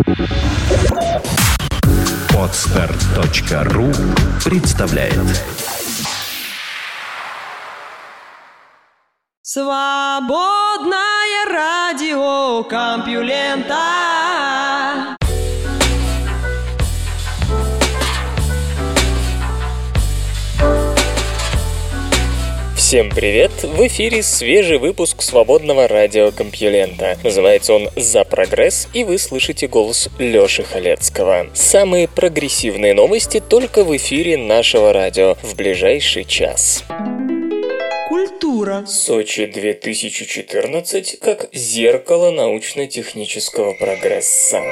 Podstart.ru представляет. Свободное радио Компьюлента. Всем привет! В эфире свежий выпуск свободного радио Компьюлента. Называется он «За прогресс», и вы слышите голос Лёши Халецкого. Самые прогрессивные новости только в эфире нашего радио в ближайший час. Культура. Сочи 2014 как зеркало научно-технического прогресса.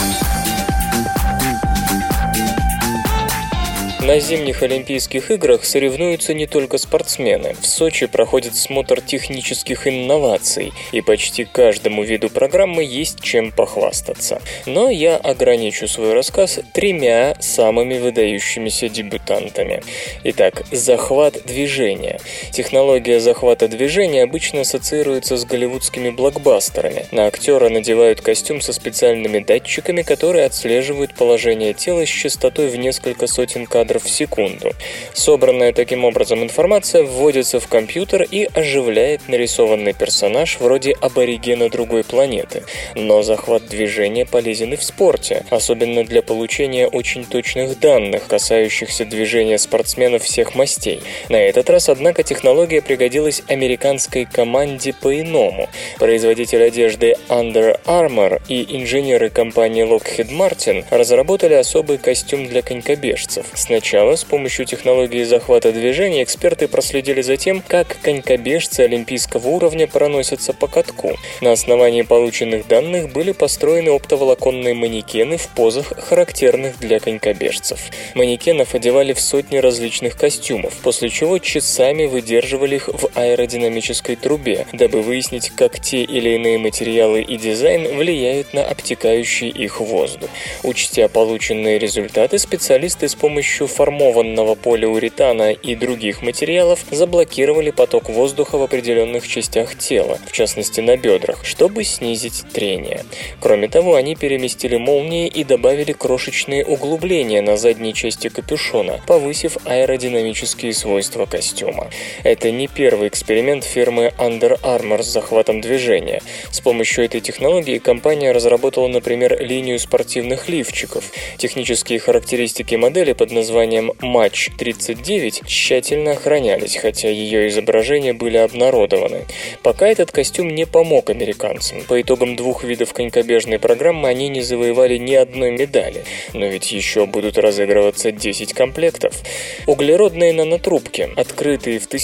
На зимних Олимпийских играх соревнуются не только спортсмены. В Сочи проходит смотр технических инноваций, и почти каждому виду программы есть чем похвастаться. Но я ограничу свой рассказ 3 самыми выдающимися дебютантами. Итак, захват движения. Технология захвата движения обычно ассоциируется с голливудскими блокбастерами. На актера надевают костюм со специальными датчиками, которые отслеживают положение тела с частотой в несколько сотен кадров в секунду. Собранная таким образом информация вводится в компьютер и оживляет нарисованный персонаж вроде аборигена другой планеты. Но захват движения полезен и в спорте, особенно для получения очень точных данных, касающихся движения спортсменов всех мастей. На этот раз, однако, технология пригодилась американской команде по-иному. Производитель одежды Under Armour и инженеры компании Lockheed Martin разработали особый костюм для конькобежцев. Сначала с помощью технологии захвата движения эксперты проследили за тем, как конькобежцы олимпийского уровня проносятся по катку. На основании полученных данных были построены оптоволоконные манекены в позах, характерных для конькобежцев. Манекенов одевали в сотни различных костюмов, после чего часами выдерживали их в аэродинамической трубе, дабы выяснить, как те или иные материалы и дизайн влияют на обтекающий их воздух. Учтя полученные результаты, специалисты с помощью формованного полиуретана и других материалов заблокировали поток воздуха в определенных частях тела, в частности на бедрах, чтобы снизить трение. Кроме того, они переместили молнии и добавили крошечные углубления на задней части капюшона, повысив аэродинамические свойства костюма. Это не первый эксперимент фирмы Under Armour с захватом движения. С помощью этой технологии компания разработала, например, линию спортивных лифчиков. Технические характеристики модели под названием Match 39 тщательно охранялись, хотя ее изображения были обнародованы. Пока этот костюм не помог американцам. По итогам 2 видов конькобежной программы они не завоевали ни одной медали. Но ведь еще будут разыгрываться 10 комплектов. Углеродные нанотрубки. Открытые в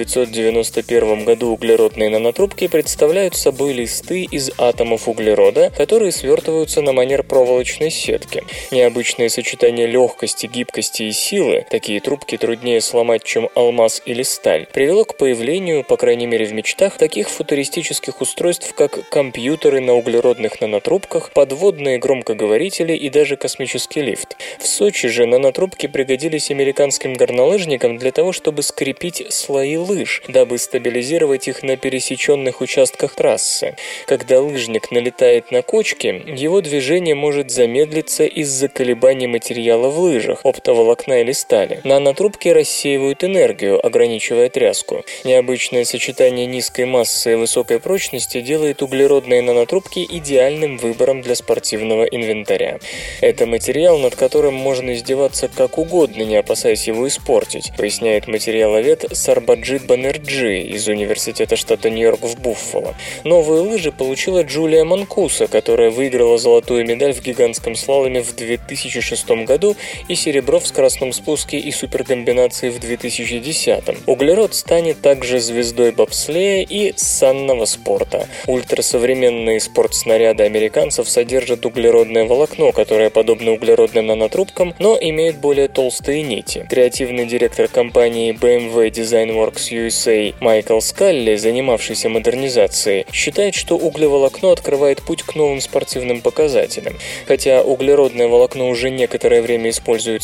1991 году углеродные нанотрубки представляют собой листы из атомов углерода, которые свертываются на манер проволочной сетки. Необычное сочетание легкости, гибкости и силы, такие трубки труднее сломать, чем алмаз или сталь, привело к появлению, по крайней мере в мечтах, таких футуристических устройств, как компьютеры на углеродных нанотрубках, подводные громкоговорители и даже космический лифт. В Сочи же нанотрубки пригодились американским горнолыжникам для того, чтобы скрепить слои лыж, дабы стабилизировать их на пересеченных участках трассы. Когда лыжник налетает на кочки, его движение может замедлиться из-за колебаний материала в лыжах, оптоволокна или стали. Нанотрубки рассеивают энергию, ограничивая тряску. Необычное сочетание низкой массы и высокой прочности делает углеродные нанотрубки идеальным выбором для спортивного инвентаря. Это материал, над которым можно издеваться как угодно, не опасаясь его испортить, поясняет материаловед Сарбаджит Банерджи из Университета штата Нью-Йорк в Буффало. Новые лыжи получила Джулия Манкуса, которая выиграла золотую медаль в гигантском слаломе в 2006 году и серебро в скоростном спуске и суперкомбинации в 2010-м. Углерод станет также звездой бобслея и санного спорта. Ультрасовременные спортснаряды американцев содержат углеродное волокно, которое подобно углеродным нанотрубкам, но имеет более толстые нити. Креативный директор компании BMW Designworks USA Майкл Скалли, занимавшийся модернизацией, считает, что углеволокно открывает путь к новым спортивным показателям. Хотя углеродное волокно уже некоторое время используется в производстве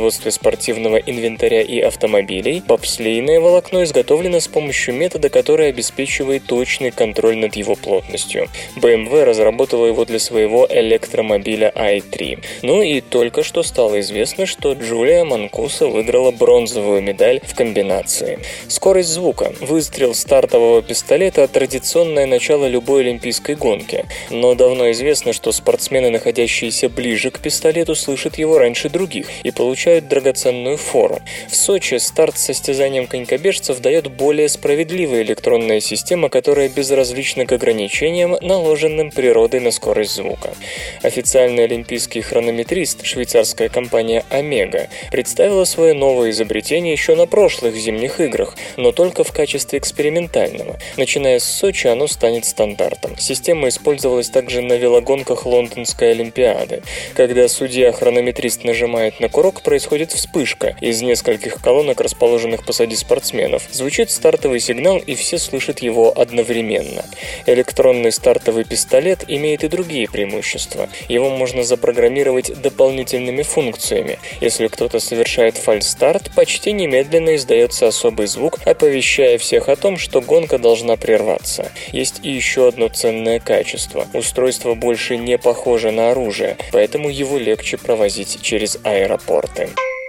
производстве спортивного инвентаря и автомобилей, бобслейное волокно изготовлено с помощью метода, который обеспечивает точный контроль над его плотностью. BMW разработала его для своего электромобиля i3. Ну и только что стало известно, что Джулия Манкуса выиграла бронзовую медаль в комбинации. Скорость звука. Выстрел стартового пистолета – традиционное начало любой олимпийской гонки. Но давно известно, что спортсмены, находящиеся ближе к пистолету, слышат его раньше других и получают драгоценную фору. В Сочи старт с состязанием конькобежцев дает более справедливая электронная система, которая безразлична к ограничениям, наложенным природой на скорость звука. Официальный олимпийский хронометрист, швейцарская компания Омега, представила свое новое изобретение еще на прошлых зимних играх, но только в качестве экспериментального. Начиная с Сочи, оно станет стандартом. Система использовалась также на велогонках Лондонской Олимпиады. Когда судья-хронометрист нажимает на курок, происходит вспышка из нескольких колонок, расположенных позади спортсменов. Звучит стартовый сигнал, и все слышат его одновременно. Электронный стартовый пистолет имеет и другие преимущества. Его можно запрограммировать дополнительными функциями. Если кто-то совершает фальстарт, почти немедленно издается особый звук, оповещая всех о том, что гонка должна прерваться. Есть и еще одно ценное качество. Устройство больше не похоже на оружие, поэтому его легче провозить через аэропорты.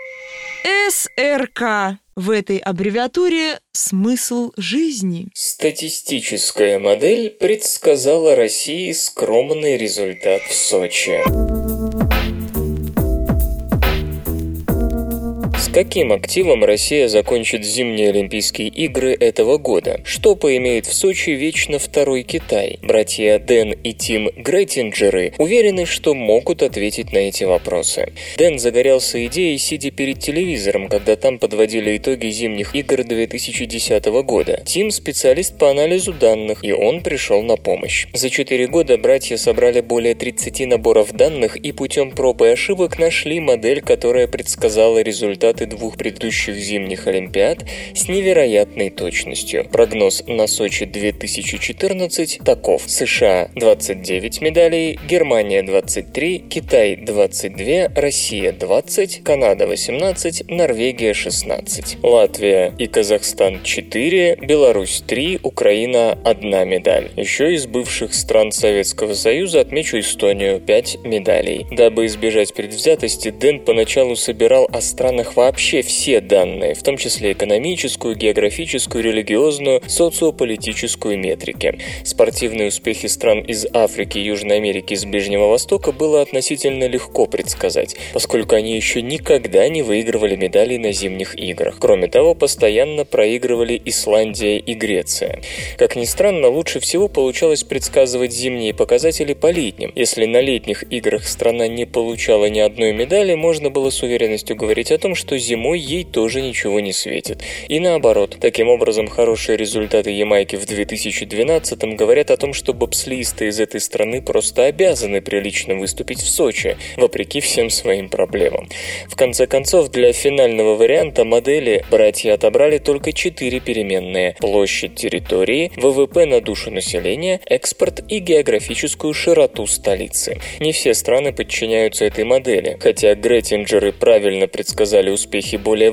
СРК. В этой аббревиатуре смысл жизни. Статистическая модель предсказала России скромный результат в Сочи. С каким активом Россия закончит зимние Олимпийские игры этого года? Что поимеет в Сочи вечно второй Китай? Братья Дэн и Тим Греттинджеры уверены, что могут ответить на эти вопросы. Дэн загорелся идеей, сидя перед телевизором, когда там подводили итоги зимних игр 2010 года. Тим – специалист по анализу данных, и он пришел на помощь. За 4 года братья собрали более 30 наборов данных и путем проб и ошибок нашли модель, которая предсказала результаты двух предыдущих зимних Олимпиад с невероятной точностью. Прогноз на Сочи 2014 таков: США 29 медалей, Германия 23, Китай 22, Россия 20, Канада 18, Норвегия 16, Латвия и Казахстан 4, Беларусь 3, Украина 1 медаль. Еще из бывших стран Советского Союза отмечу Эстонию 5 медалей. Дабы избежать предвзятости, Дэн поначалу собирал о странах вообще все данные, в том числе экономическую, географическую, религиозную, социополитическую метрики. Спортивные успехи стран из Африки, Южной Америки и с Ближнего Востока было относительно легко предсказать, поскольку они еще никогда не выигрывали медалей на зимних играх. Кроме того, постоянно проигрывали Исландия и Греция. Как ни странно, лучше всего получалось предсказывать зимние показатели по летним. Если на летних играх страна не получала ни одной медали, можно было с уверенностью говорить о том, что зимой ей тоже ничего не светит. И наоборот. Таким образом, хорошие результаты Ямайки в 2012-м говорят о том, что бобслеисты из этой страны просто обязаны прилично выступить в Сочи, вопреки всем своим проблемам. В конце концов, для финального варианта модели братья отобрали только 4 переменные: площадь территории, ВВП на душу населения, экспорт и географическую широту столицы. Не все страны подчиняются этой модели, хотя Греттинджеры правильно предсказали успехи более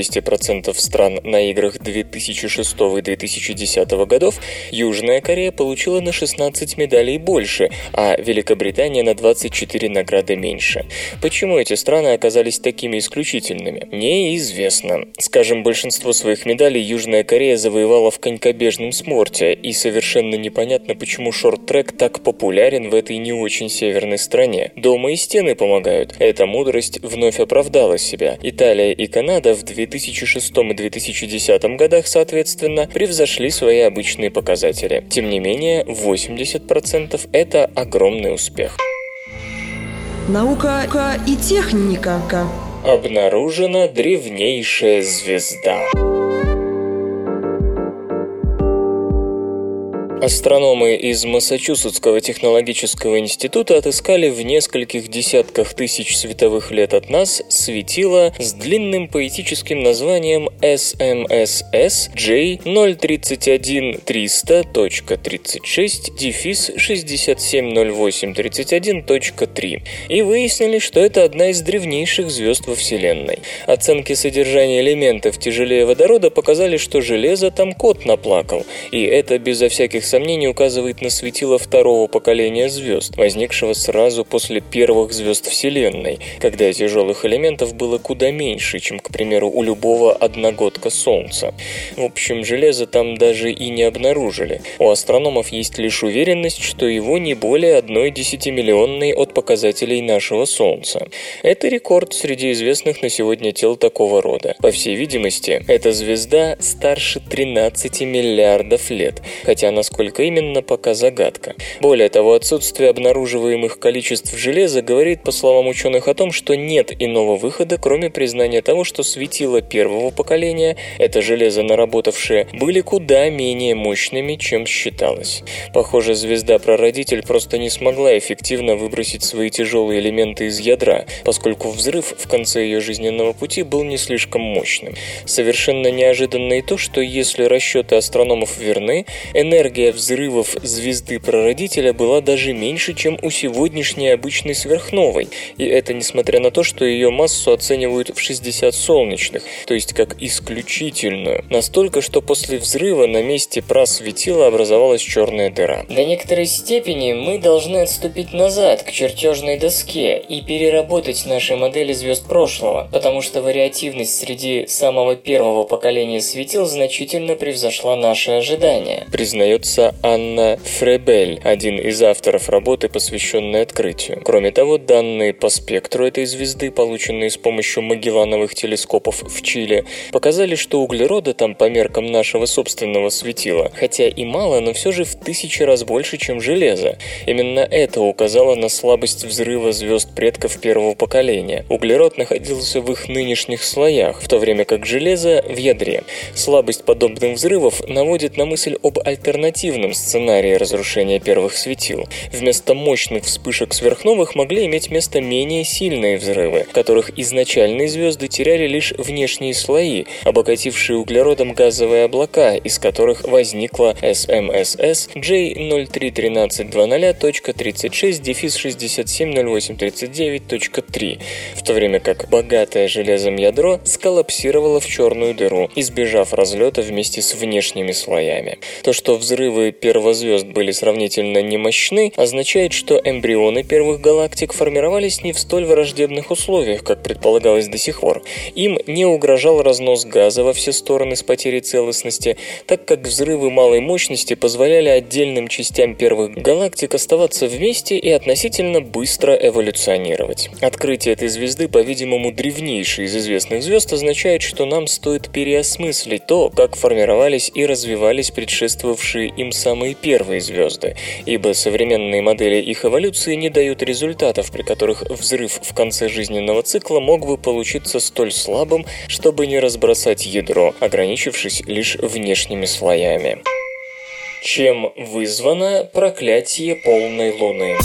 80% стран на играх 2006 и 2010 годов, Южная Корея получила на 16 медалей больше, а Великобритания на 24 награды меньше. Почему эти страны оказались такими исключительными? Неизвестно. Скажем, большинство своих медалей Южная Корея завоевала в конькобежном спорте, и совершенно непонятно, почему шорт-трек так популярен в этой не очень северной стране. Дома и стены помогают. Эта мудрость вновь оправдала себя. Италия и Канада в 2006 и 2010 годах, соответственно, превзошли свои обычные показатели. Тем не менее, 80% – это огромный успех. Наука и техника. Обнаружена древнейшая звезда. Астрономы из Массачусетского технологического института отыскали в нескольких десятках тысяч световых лет от нас светило с длинным поэтическим названием SMSS J031300.36-670831.3 и выяснили, что это одна из древнейших звезд во Вселенной. Оценки содержания элементов тяжелее водорода показали, что железо там кот наплакал, и это безо всяких сомнений указывает на светило второго поколения звезд, возникшего сразу после первых звезд Вселенной, когда тяжелых элементов было куда меньше, чем, к примеру, у любого одногодка Солнца. В общем, железо там даже и не обнаружили. У астрономов есть лишь уверенность, что его не более 1/10-миллионной от показателей нашего Солнца. Это рекорд среди известных на сегодня тел такого рода. По всей видимости, эта звезда старше 13 миллиардов лет, хотя насколько именно, пока загадка. Более того, отсутствие обнаруживаемых количеств железа говорит, по словам ученых, о том, что нет иного выхода, кроме признания того, что светила первого поколения, это железо наработавшее, были куда менее мощными, чем считалось. Похоже, звезда-прародитель просто не смогла эффективно выбросить свои тяжелые элементы из ядра, поскольку взрыв в конце ее жизненного пути был не слишком мощным. Совершенно неожиданно и то, что если расчеты астрономов верны, энергия взрывов звезды-прародителя была даже меньше, чем у сегодняшней обычной сверхновой, и это несмотря на то, что ее массу оценивают в 60 солнечных, то есть как исключительную, настолько, что после взрыва на месте прасветила образовалась черная дыра. До некоторой степени мы должны отступить назад к чертежной доске и переработать наши модели звезд прошлого, потому что вариативность среди самого первого поколения светил значительно превзошла наши ожидания, признается Анна Фребель, один из авторов работы, посвященной открытию. Кроме того, данные по спектру этой звезды, полученные с помощью магеллановых телескопов в Чили, показали, что углерода там по меркам нашего собственного светила, хотя и мало, но все же в 1000 раз больше, чем железа. Именно это указало на слабость взрыва звезд предков первого поколения. Углерод находился в их нынешних слоях, в то время как железо в ядре. Слабость подобных взрывов наводит на мысль об альтернативном сценарии разрушения первых светил. Вместо мощных вспышек сверхновых могли иметь место менее сильные взрывы, которых изначальные звезды теряли лишь внешние слои, обогатившие углеродом газовые облака, из которых возникла SMSS J031300.36-670839.3, в то время как богатое железом ядро сколлапсировало в черную дыру, избежав разлета вместе с внешними слоями. То, что взрывы первозвезд были сравнительно немощны, означает, что эмбрионы первых галактик формировались не в столь враждебных условиях, как предполагалось до сих пор. Им не угрожал разнос газа во все стороны с потерей целостности, так как взрывы малой мощности позволяли отдельным частям первых галактик оставаться вместе и относительно быстро эволюционировать. Открытие этой звезды, по-видимому, древнейшей из известных звезд, означает, что нам стоит переосмыслить то, как формировались и развивались предшествовавшие им самые первые звезды, ибо современные модели их эволюции не дают результатов, при которых взрыв в конце жизненного цикла мог бы получиться столь слабым, чтобы не разбросать ядро, ограничившись лишь внешними слоями. Чем вызвано проклятие полной луны?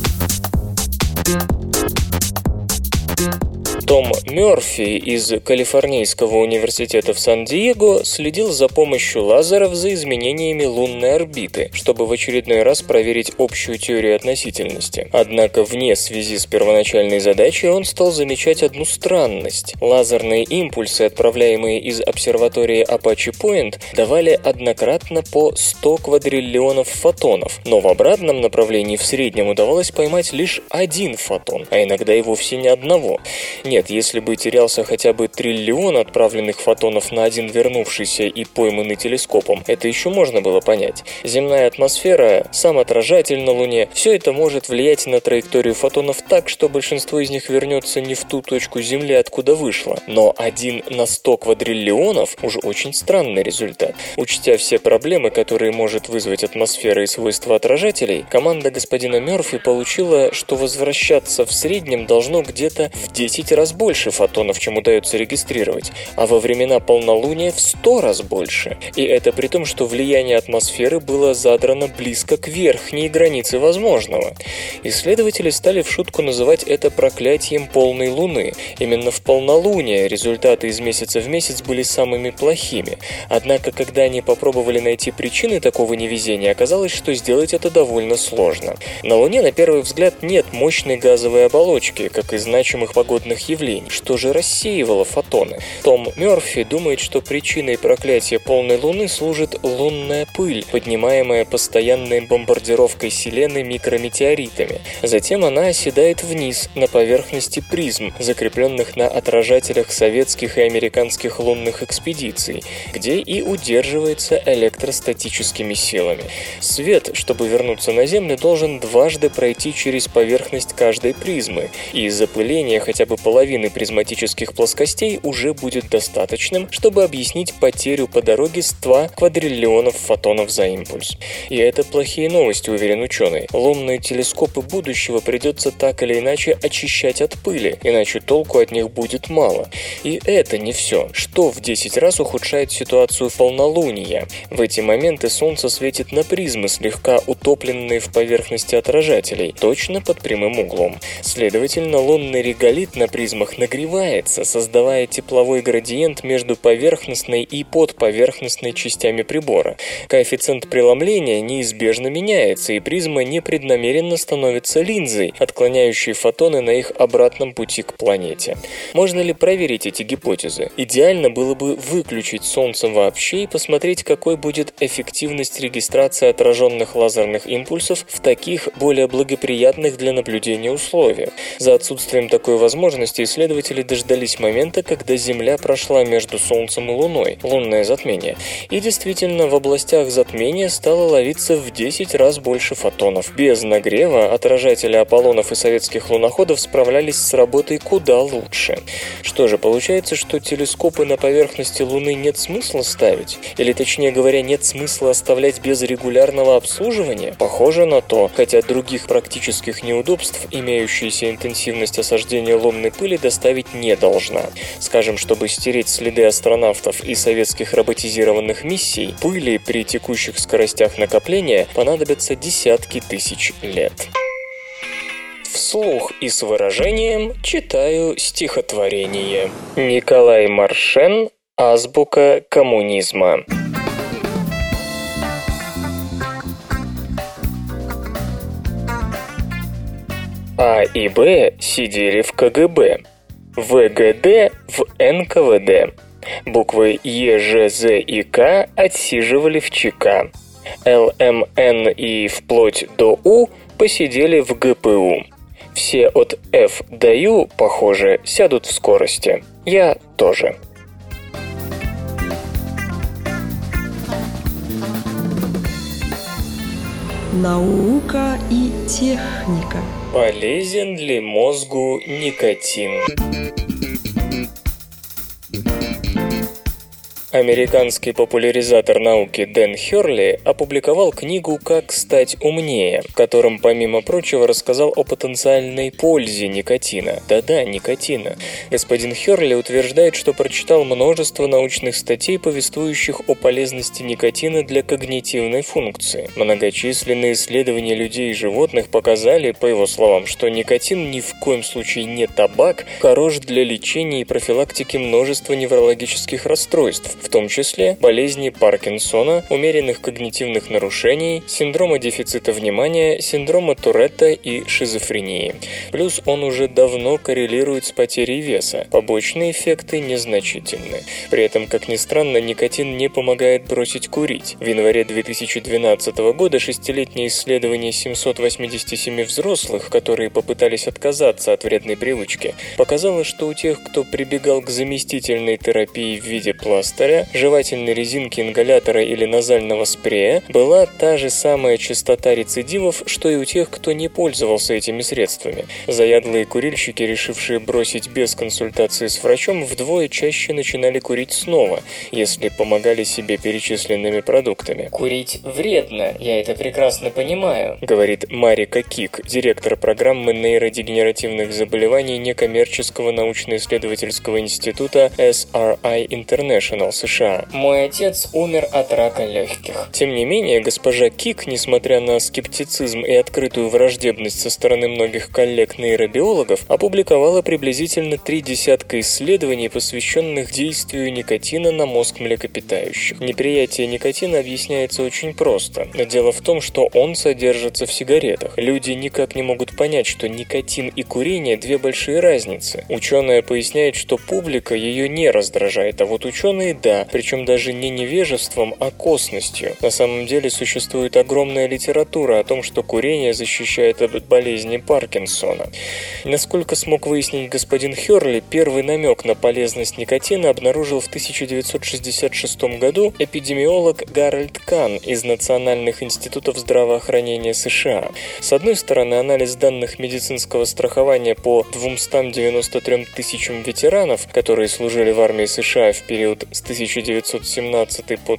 Том Мёрфи из Калифорнийского университета в Сан-Диего следил за помощью лазеров за изменениями лунной орбиты, чтобы в очередной раз проверить общую теорию относительности. Однако вне связи с первоначальной задачей он стал замечать одну странность. Лазерные импульсы, отправляемые из обсерватории Apache Point, давали однократно по 100 квадриллионов фотонов, но в обратном направлении в среднем удавалось поймать лишь один фотон, а иногда и вовсе ни одного. Нет, если бы терялся хотя бы триллион отправленных фотонов на один вернувшийся и пойманный телескопом, это еще можно было понять. Земная атмосфера, сам отражатель на Луне – все это может влиять на траекторию фотонов так, что большинство из них вернется не в ту точку Земли, откуда вышло. Но 1 на 100 квадриллионов – уже очень странный результат. Учтя все проблемы, которые может вызвать атмосфера и свойства отражателей, команда господина Мёрфи получила, что возвращаться в среднем должно где-то в 10 раз раз больше фотонов, чем удается регистрировать, а во времена полнолуния в 100 раз больше. И это при том, что влияние атмосферы было задрано близко к верхней границе возможного. Исследователи стали в шутку называть это проклятием полной луны. Именно в полнолуние результаты из месяца в месяц были самыми плохими. Однако, когда они попробовали найти причины такого невезения, оказалось, что сделать это довольно сложно. На Луне, на первый взгляд, нет мощной газовой оболочки, как и значимых погодных явлений, что же рассеивало фотоны. Том Мёрфи думает, что причиной проклятия полной Луны служит лунная пыль, поднимаемая постоянной бомбардировкой Селены микрометеоритами. Затем она оседает вниз, на поверхности призм, закрепленных на отражателях советских и американских лунных экспедиций, где и удерживается электростатическими силами. Свет, чтобы вернуться на Землю, должен дважды пройти через поверхность каждой призмы, и запыление хотя бы половины призматических плоскостей уже будет достаточным, чтобы объяснить потерю по дороге 100 квадриллионов фотонов за импульс. И это плохие новости, уверен ученый. Лунные телескопы будущего придется так или иначе очищать от пыли, иначе толку от них будет мало. И это не все. Что в 10 раз ухудшает ситуацию полнолуния? В эти моменты Солнце светит на призмы, слегка утопленные в поверхности отражателей, точно под прямым углом. Следовательно, лунный реголит на призмах нагревается, создавая тепловой градиент между поверхностной и подповерхностной частями прибора. Коэффициент преломления неизбежно меняется, и призма непреднамеренно становится линзой, отклоняющей фотоны на их обратном пути к планете. Можно ли проверить эти гипотезы? Идеально было бы выключить Солнце вообще и посмотреть, какой будет эффективность регистрации отраженных лазерных импульсов в таких более благоприятных для наблюдения условиях. За отсутствием такой возможности исследователи дождались момента, когда Земля прошла между Солнцем и Луной, лунное затмение. И действительно, в областях затмения стало ловиться в 10 раз больше фотонов. Без нагрева отражатели Аполлонов и советских луноходов справлялись с работой куда лучше. Что же, получается, что телескопы на поверхности Луны нет смысла ставить? Или, точнее говоря, нет смысла оставлять без регулярного обслуживания? Похоже на то, хотя других практических неудобств имеющаяся интенсивность осаждения лунной пыли доставить не должна. Скажем, чтобы стереть следы астронавтов и советских роботизированных миссий, пыли при текущих скоростях накопления понадобятся десятки тысяч лет. Вслух и с выражением читаю стихотворение. Николай Маршен. Азбука коммунизма. А и Б сидели в КГБ, ВГД в НКВД. Буквы Е, Ж, З и К отсиживали в ЧК. Л, М, Н и вплоть до У посидели в ГПУ. Все от F до U, похоже, сядут в скорости. Я тоже. Наука и техника. Полезен ли мозгу никотин? Американский популяризатор науки Дэн Хёрли опубликовал книгу «Как стать умнее», в котором, помимо прочего, рассказал о потенциальной пользе никотина. Да-да, никотина. Господин Хёрли утверждает, что прочитал множество научных статей, повествующих о полезности никотина для когнитивной функции. Многочисленные исследования людей и животных показали, по его словам, что никотин ни в коем случае не табак, хорош для лечения и профилактики множества неврологических расстройств, в том числе болезни Паркинсона, умеренных когнитивных нарушений, синдрома дефицита внимания, синдрома Туретта и шизофрении. Плюс он уже давно коррелирует с потерей веса. Побочные эффекты незначительны. При этом, как ни странно, никотин не помогает бросить курить. В январе 2012 года шестилетнее исследование 787 взрослых, которые попытались отказаться от вредной привычки, показало, что у тех, кто прибегал к заместительной терапии в виде пластыря, спрея, жевательной резинки, ингалятора или назального спрея была та же самая частота рецидивов, что и у тех, кто не пользовался этими средствами. Заядлые курильщики, решившие бросить без консультации с врачом, вдвое чаще начинали курить снова, если помогали себе перечисленными продуктами. Курить вредно, я это прекрасно понимаю, говорит Марика Кик, директор программы нейродегенеративных заболеваний некоммерческого научно-исследовательского института SRI International, США. Мой отец умер от рака легких. Тем не менее, госпожа Кик, несмотря на скептицизм и открытую враждебность со стороны многих коллег-нейробиологов, опубликовала приблизительно 30 исследований, посвященных действию никотина на мозг млекопитающих. Неприятие никотина объясняется очень просто. Дело в том, что он содержится в сигаретах. Люди никак не могут понять, что никотин и курение – две большие разницы. Ученая поясняет, что публика ее не раздражает, а вот ученые – да, причем даже не невежеством, а косностью. На самом деле существует огромная литература о том, что курение защищает от болезни Паркинсона. Насколько смог выяснить господин Херли, первый намек на полезность никотина обнаружил в 1966 году эпидемиолог Гарольд Кан из Национальных институтов здравоохранения США. С одной стороны, анализ данных медицинского страхования по 293 тысячам ветеранов, которые служили в армии США в период с 1917 по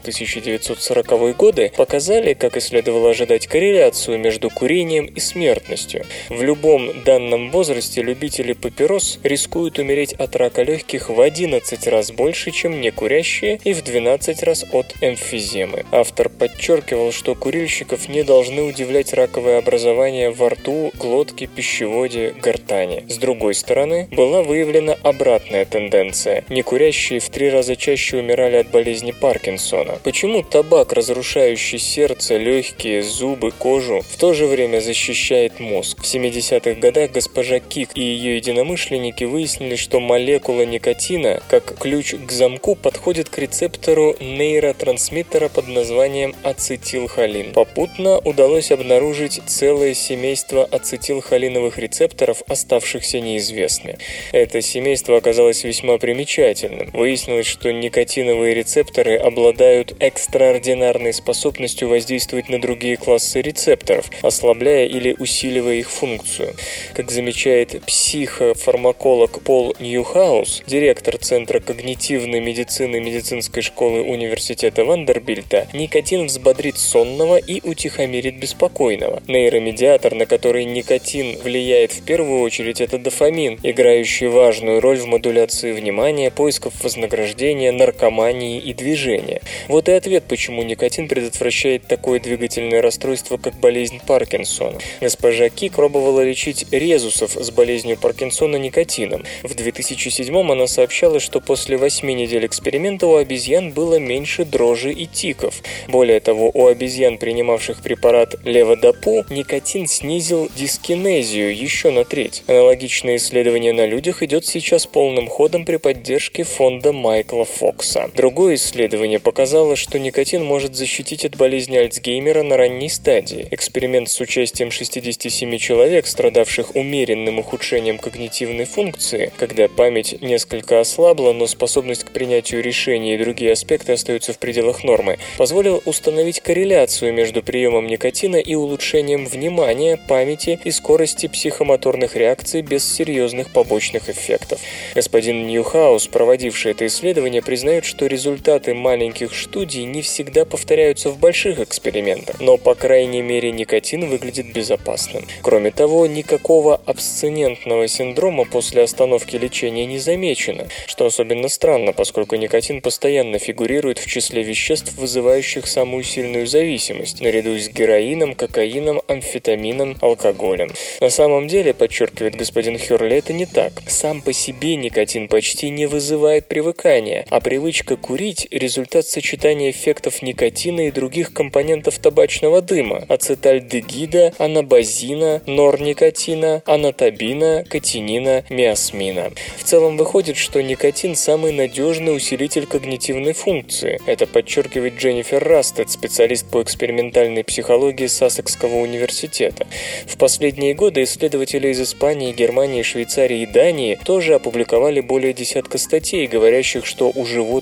1940 годы, показали, как и следовало ожидать, корреляцию между курением и смертностью. В любом данном возрасте любители папирос рискуют умереть от рака легких в 11 раз больше, чем некурящие, и в 12 раз от эмфиземы. Автор подчеркивал, что курильщиков не должны удивлять раковые образования во рту, глотке, пищеводе, гортани. С другой стороны, была выявлена обратная тенденция. Некурящие в 3 раза чаще умирали от болезни Паркинсона. Почему табак, разрушающий сердце, легкие, зубы, кожу, в то же время защищает мозг? В 70-х годах госпожа Кик и ее единомышленники выяснили, что молекула никотина, как ключ к замку, подходит к рецептору нейротрансмиттера под названием ацетилхолин. Попутно удалось обнаружить целое семейство ацетилхолиновых рецепторов, оставшихся неизвестными. Это семейство оказалось весьма примечательным. Выяснилось, что никотиновые рецепторы обладают экстраординарной способностью воздействовать на другие классы рецепторов, ослабляя или усиливая их функцию. Как замечает психофармаколог Пол Ньюхаус, директор Центра когнитивной медицины медицинской школы университета Вандербильта, никотин взбодрит сонного и утихомирит беспокойного. Нейромедиатор, на который никотин влияет в первую очередь, это дофамин, играющий важную роль в модуляции внимания, поисков вознаграждения, наркомании и движения. Вот и ответ, почему никотин предотвращает такое двигательное расстройство, как болезнь Паркинсона. Госпожа Ки пробовала лечить резусов с болезнью Паркинсона никотином. В 2007-м она сообщала, что после 8 недель эксперимента у обезьян было меньше дрожи и тиков. Более того, у обезьян, принимавших препарат леводопу, никотин снизил дискинезию еще на треть. Аналогичное исследование на людях идет сейчас полным ходом при поддержке фонда Майкла Фокса. Другое исследование показало, что никотин может защитить от болезни Альцгеймера на ранней стадии. Эксперимент с участием 67 человек, страдавших умеренным ухудшением когнитивной функции, когда память несколько ослабла, но способность к принятию решений и другие аспекты остаются в пределах нормы, позволил установить корреляцию между приемом никотина и улучшением внимания, памяти и скорости психомоторных реакций без серьезных побочных эффектов. Господин Ньюхаус, проводивший это исследование, признает, что результаты маленьких студий не всегда повторяются в больших экспериментах, но, по крайней мере, никотин выглядит безопасным. Кроме того, никакого абстинентного синдрома после остановки лечения не замечено, что особенно странно, поскольку никотин постоянно фигурирует в числе веществ, вызывающих самую сильную зависимость, наряду с героином, кокаином, амфетамином, алкоголем. На самом деле, подчеркивает господин Херли, это не так. Сам по себе никотин почти не вызывает привыкания, а привычка курить – результат сочетания эффектов никотина и других компонентов табачного дыма – ацетальдегида, анабазина, норникотина, анатабина, катинина, миосмина. В целом выходит, что никотин – самый надежный усилитель когнитивной функции. Это подчеркивает Дженнифер Растед, специалист по экспериментальной психологии Сассекского университета. В последние годы исследователи из Испании, Германии, Швейцарии и Дании тоже опубликовали более десятка статей, говорящих, что у животных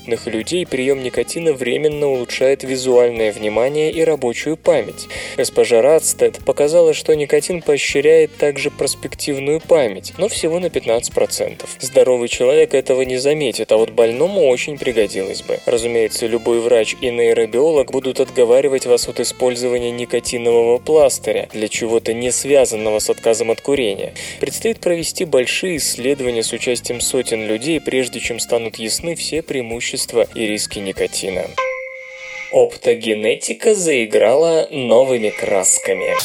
животных и людей прием никотина временно улучшает визуальное внимание и рабочую память. Госпожа Радстед показала, что никотин поощряет также проспективную память, но всего на 15%. Здоровый человек этого не заметит, а вот больному очень пригодилось бы. Разумеется, любой врач и нейробиолог будут отговаривать вас от использования никотинового пластыря для чего-то не связанного с отказом от курения. Предстоит провести большие исследования с участием сотен людей, прежде чем станут ясны все преимущества и риски никотина. Оптогенетика заиграла новыми красками.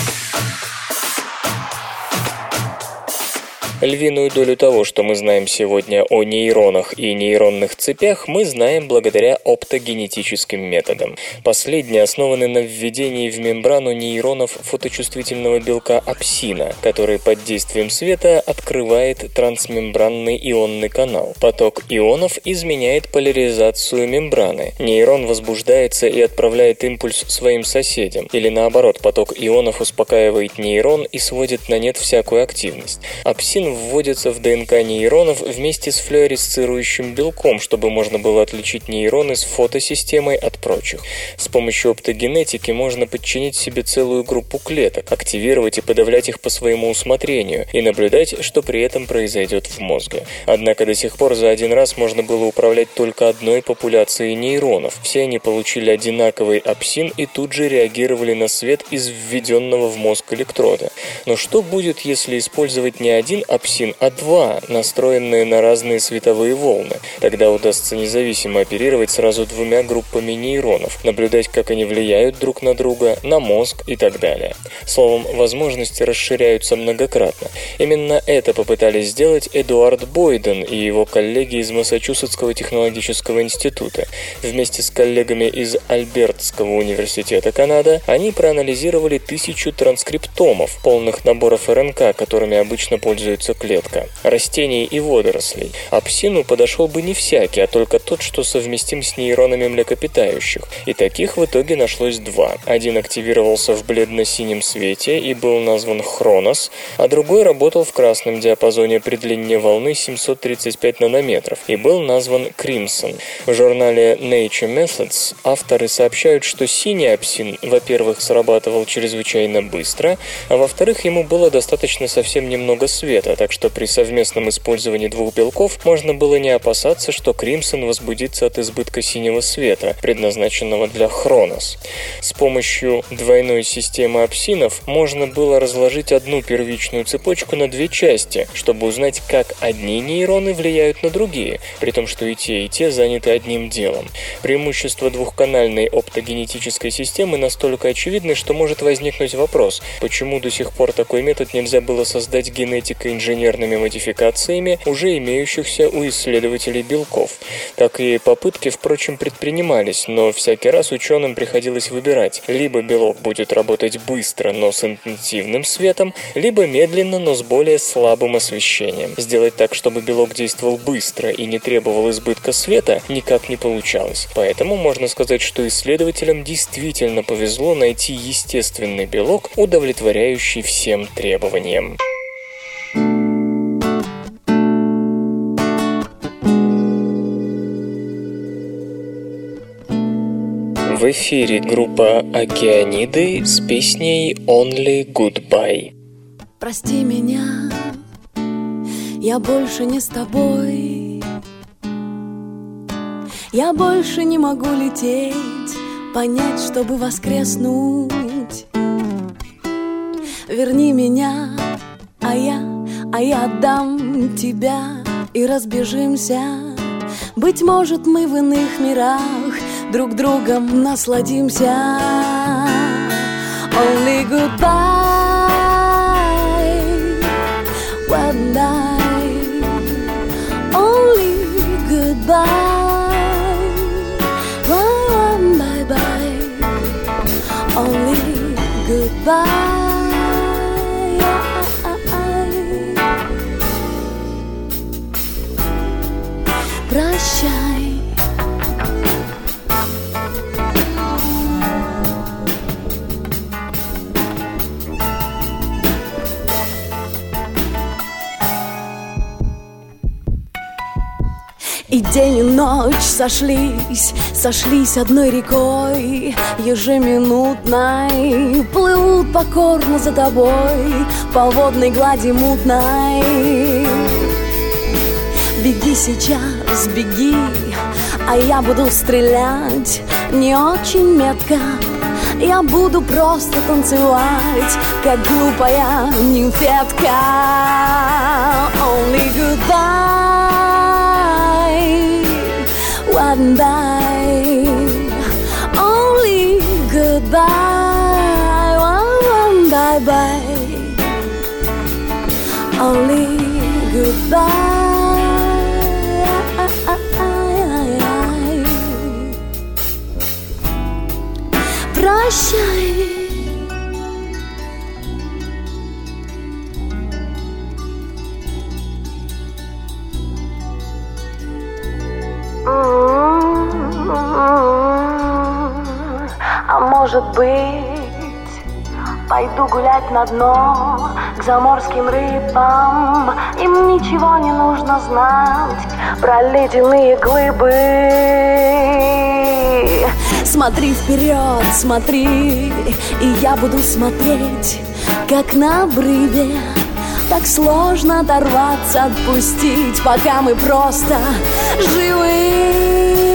Львиную долю того, что мы знаем сегодня о нейронах и нейронных цепях, мы знаем благодаря оптогенетическим методам. Последние основаны на введении в мембрану нейронов фоточувствительного белка опсина, который под действием света открывает трансмембранный ионный канал. Поток ионов изменяет поляризацию мембраны. Нейрон возбуждается и отправляет импульс своим соседям. Или наоборот, поток ионов успокаивает нейрон и сводит на нет всякую активность. Опсин вводится в ДНК нейронов вместе с флуоресцирующим белком, чтобы можно было отличить нейроны с фотосистемой от прочих. С помощью оптогенетики можно подчинить себе целую группу клеток, активировать и подавлять их по своему усмотрению и наблюдать, что при этом произойдет в мозге. Однако до сих пор за один раз можно было управлять только одной популяцией нейронов. Все они получили одинаковый опсин и тут же реагировали на свет из введенного в мозг электрода. Но что будет, если использовать не один опсин, а два, настроенные на разные световые волны? Тогда удастся независимо оперировать сразу двумя группами нейронов, наблюдать, как они влияют друг на друга, на мозг и так далее. Словом, возможности расширяются многократно. Именно это попытались сделать Эдуард Бойден и его коллеги из Массачусетского технологического института. Вместе с коллегами из Альбертского университета Канада они проанализировали 1000 транскриптомов, полных наборов РНК, которыми обычно пользуется клетка, растений и водорослей. Опсину подошел бы не всякий, а только тот, что совместим с нейронами млекопитающих. И таких в итоге нашлось два. Один активировался в бледно-синем свете и был назван Хронос, а другой работал в красном диапазоне при длине волны 735 нанометров и был назван Crimson. В журнале Nature Methods авторы сообщают, что синий опсин, во-первых, срабатывал чрезвычайно быстро, а во-вторых, ему было достаточно совсем немного света, так что при совместном использовании двух белков можно было не опасаться, что Crimson возбудится от избытка синего света, предназначенного для Хронос. С помощью двойной системы опсинов можно было разложить одну первичную цепочку на две части, чтобы узнать, как одни нейроны влияют на другие, при том, что и те заняты одним делом. Преимущество двухканальной оптогенетической системы настолько очевидны, что может возникнуть вопрос, почему до сих пор такой метод нельзя было создать генетико-инженерными модификациями уже имеющихся у исследователей белков. Такие попытки, впрочем, предпринимались, но всякий раз ученым приходилось выбирать: либо белок будет работать быстро, но с интенсивным светом, либо медленно, но с более слабым освещением. Сделать так, чтобы белок действовал быстро и не требовал избытка света, никак не получалось. Поэтому можно сказать, что исследователям действительно повезло найти естественный белок, удовлетворяющий всем требованиям. В эфире группа Океаниды с песней Only Goodbye. Прости меня, я больше не с тобой. Я больше не могу лететь, понять, чтобы воскреснуть. Верни меня, а я отдам тебя, и разбежимся. Быть может, мы в иных мирах друг другом насладимся. Only goodbye when I only goodbye when bye-bye only goodbye. Прощай. И день и ночь сошлись одной рекой ежеминутной, плывут покорно за тобой по водной глади мутной. Беги сейчас, беги, а я буду стрелять не очень метко. Я буду просто танцевать, как глупая нимфетка. Only goodbye, one day. Only goodbye, one bye. Only goodbye. Прощай. А может быть, пойду гулять на дно к заморским рыбам. Им ничего не нужно знать про ледяные глыбы. Смотри вперед, смотри, и я буду смотреть, как на обрыве. Так сложно оторваться, отпустить, пока мы просто живы.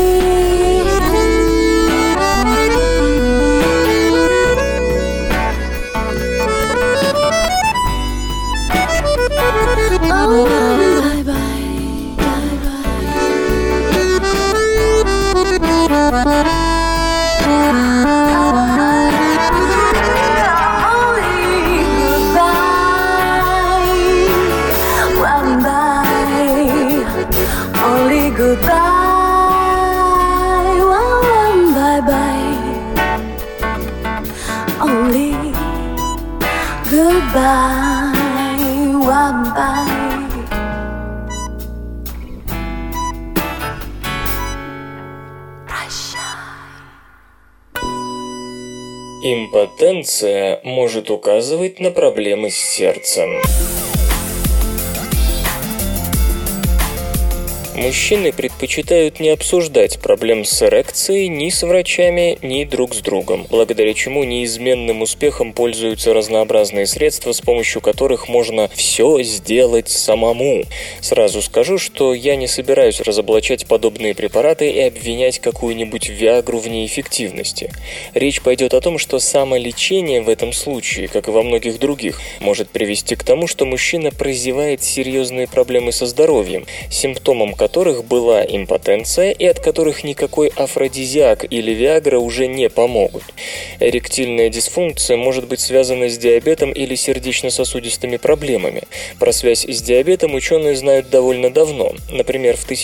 Импотенция может указывать на проблемы с сердцем. Мужчины предпочитают не обсуждать проблем с эрекцией ни с врачами, ни друг с другом, благодаря чему неизменным успехом пользуются разнообразные средства, с помощью которых можно все сделать самому. Сразу скажу, что я не собираюсь разоблачать подобные препараты и обвинять какую-нибудь Виагру в неэффективности. Речь пойдет о том, что самолечение в этом случае, как и во многих других, может привести к тому, что мужчина прозевает серьезные проблемы со здоровьем, симптомом которых была импотенция и от которых никакой афродизиак или виагра уже не помогут. Эректильная дисфункция может быть связана с диабетом или сердечно-сосудистыми проблемами. Про связь с диабетом ученые знают довольно давно. Например, в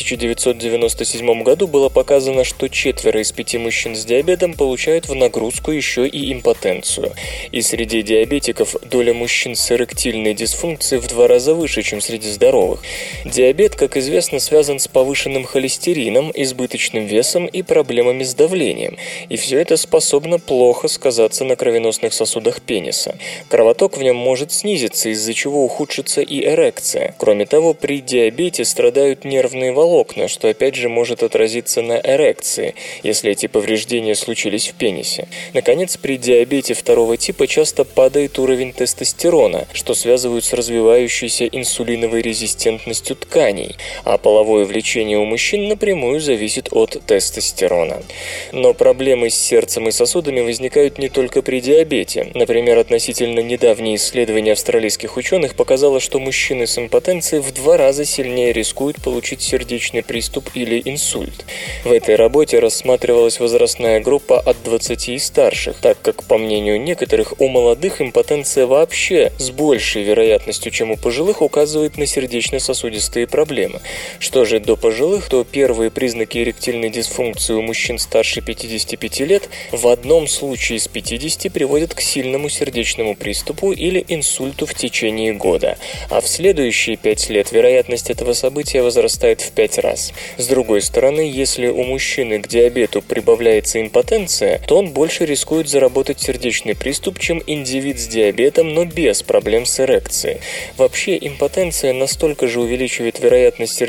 1997 году было показано, что 4 из 5 мужчин с диабетом получают в нагрузку еще и импотенцию. И среди диабетиков доля мужчин с эректильной дисфункцией в 2 раза выше, чем среди здоровых. Диабет, как известно, связан с повышенным холестерином, избыточным весом и проблемами с давлением. И все это способно плохо сказаться на кровеносных сосудах пениса. Кровоток в нем может снизиться, из-за чего ухудшится и эрекция. Кроме того, при диабете страдают нервные волокна, что опять же может отразиться на эрекции, если эти повреждения случились в пенисе. Наконец, при диабете 2 типа часто падает уровень тестостерона, что связывают с развивающейся инсулиновой резистентностью тканей, а половое влечение у мужчин напрямую зависит от тестостерона. Но проблемы с сердцем и сосудами возникают не только при диабете. Например, относительно недавнее исследование австралийских ученых показало, что мужчины с импотенцией в 2 раза сильнее рискуют получить сердечный приступ или инсульт. В этой работе рассматривалась возрастная группа от 20 и старших, так как, по мнению некоторых, у молодых импотенция вообще с большей вероятностью, чем у пожилых, указывает на сердечно-сосудистые проблемы. Что же до пожилых, то первые признаки эректильной дисфункции у мужчин старше 55 лет в одном случае из 50 приводят к сильному сердечному приступу или инсульту в течение года, а в следующие 5 лет вероятность этого события возрастает в 5 раз. С другой стороны, если у мужчины к диабету прибавляется импотенция, то он больше рискует заработать сердечный приступ, чем индивид с диабетом, но без проблем с эрекцией. Вообще, импотенция настолько же увеличивает вероятность сердечного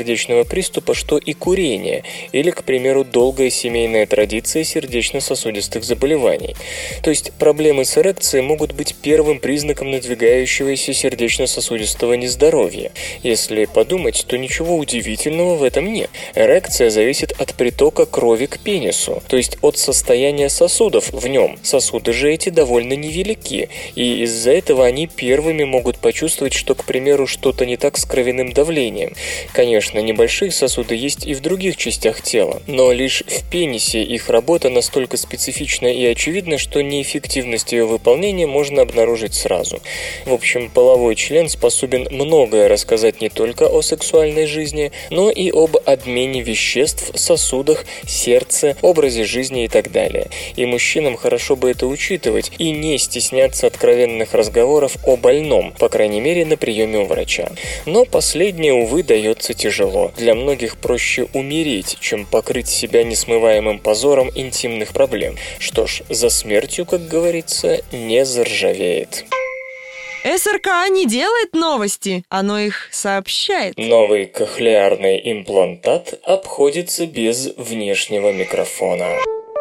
приступа, что и курение, или, к примеру, долгая семейная традиция сердечно-сосудистых заболеваний. То есть проблемы с эрекцией могут быть первым признаком надвигающегося сердечно-сосудистого нездоровья. Если подумать, то ничего удивительного в этом нет. Эрекция зависит от притока крови к пенису, то есть от состояния сосудов в нем. Сосуды же эти довольно невелики, и из-за этого они первыми могут почувствовать, что, к примеру, что-то не так с кровяным давлением. Конечно, небольшие сосуды есть и в других частях тела, но лишь в пенисе их работа настолько специфична и очевидна, что неэффективность ее выполнения можно обнаружить сразу. В общем, половой член способен многое рассказать не только о сексуальной жизни, но и об обмене веществ, сосудах, сердце, образе жизни и так далее. И мужчинам хорошо бы это учитывать и не стесняться откровенных разговоров о больном, по крайней мере на приеме у врача. Но последнее, увы, дается тяжело. Для многих проще умереть, чем покрыть себя несмываемым позором интимных проблем. Что ж, за смертью, как говорится, не заржавеет. СРК не делает новости, оно их сообщает. Новый кохлеарный имплантат обходится без внешнего микрофона.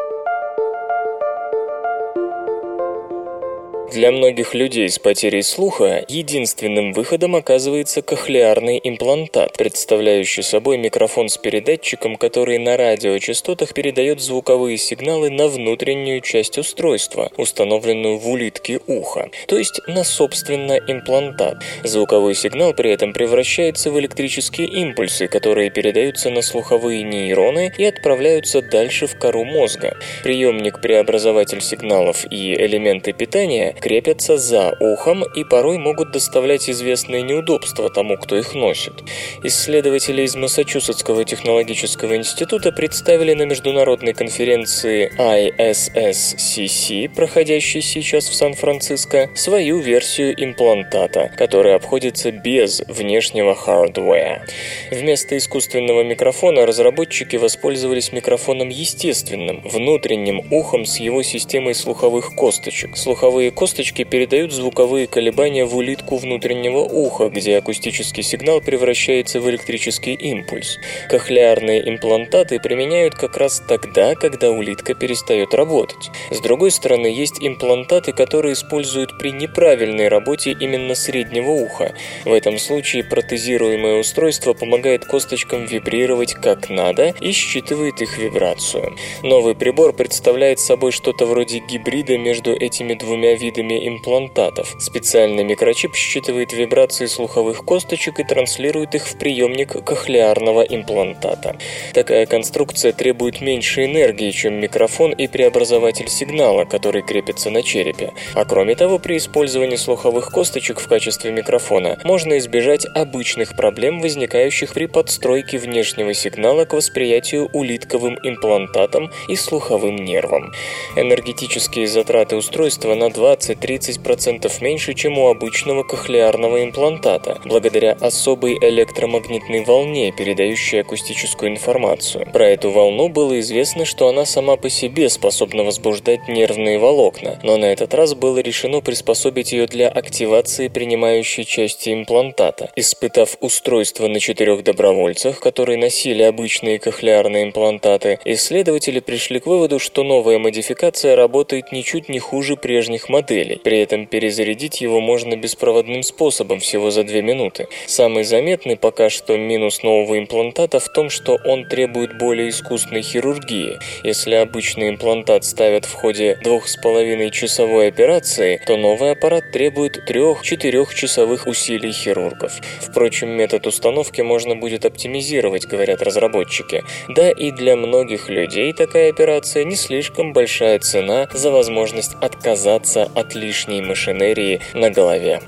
Для многих людей с потерей слуха единственным выходом оказывается кохлеарный имплантат, представляющий собой микрофон с передатчиком, который на радиочастотах передает звуковые сигналы на внутреннюю часть устройства, установленную в улитке уха, то есть на, собственно, имплантат. Звуковой сигнал при этом превращается в электрические импульсы, которые передаются на слуховые нейроны и отправляются дальше в кору мозга. Приемник-преобразователь сигналов и элементы питания крепятся за ухом и порой могут доставлять известные неудобства тому, кто их носит. Исследователи из Массачусетского технологического института представили на международной конференции ISSCC, проходящей сейчас в Сан-Франциско, свою версию имплантата, которая обходится без внешнего хардвера. Вместо искусственного микрофона разработчики воспользовались микрофоном естественным, внутренним ухом с его системой слуховых косточек. Слуховые косточки передают звуковые колебания в улитку внутреннего уха, где акустический сигнал превращается в электрический импульс. Кохлеарные имплантаты применяют как раз тогда, когда улитка перестает работать. С другой стороны, есть имплантаты, которые используют при неправильной работе именно среднего уха. В этом случае протезируемое устройство помогает косточкам вибрировать как надо и считывает их вибрацию. Новый прибор представляет собой что-то вроде гибрида между этими двумя видами имплантатов. Специальный микрочип считывает вибрации слуховых косточек и транслирует их в приемник кохлеарного имплантата. Такая конструкция требует меньше энергии, чем микрофон и преобразователь сигнала, который крепится на черепе. А кроме того, при использовании слуховых косточек в качестве микрофона можно избежать обычных проблем, возникающих при подстройке внешнего сигнала к восприятию улитковым имплантатом и слуховым нервом. Энергетические затраты устройства на 20-30% меньше, чем у обычного кохлеарного имплантата, благодаря особой электромагнитной волне, передающей акустическую информацию. Про эту волну было известно, что она сама по себе способна возбуждать нервные волокна, но на этот раз было решено приспособить ее для активации принимающей части имплантата. Испытав устройство на 4 добровольцах, которые носили обычные кохлеарные имплантаты, исследователи пришли к выводу, что новая модификация работает ничуть не хуже прежних моделей. При этом перезарядить его можно беспроводным способом всего за 2 минуты. Самый заметный пока что минус нового имплантата в том, что он требует более искусной хирургии. Если обычный имплантат ставят в ходе 2,5-часовой операции, то новый аппарат требует 3-4 часовых усилий хирургов. Впрочем, метод установки можно будет оптимизировать, говорят разработчики. Да и для многих людей такая операция не слишком большая цена за возможность отказаться от лишней машинерии на голове.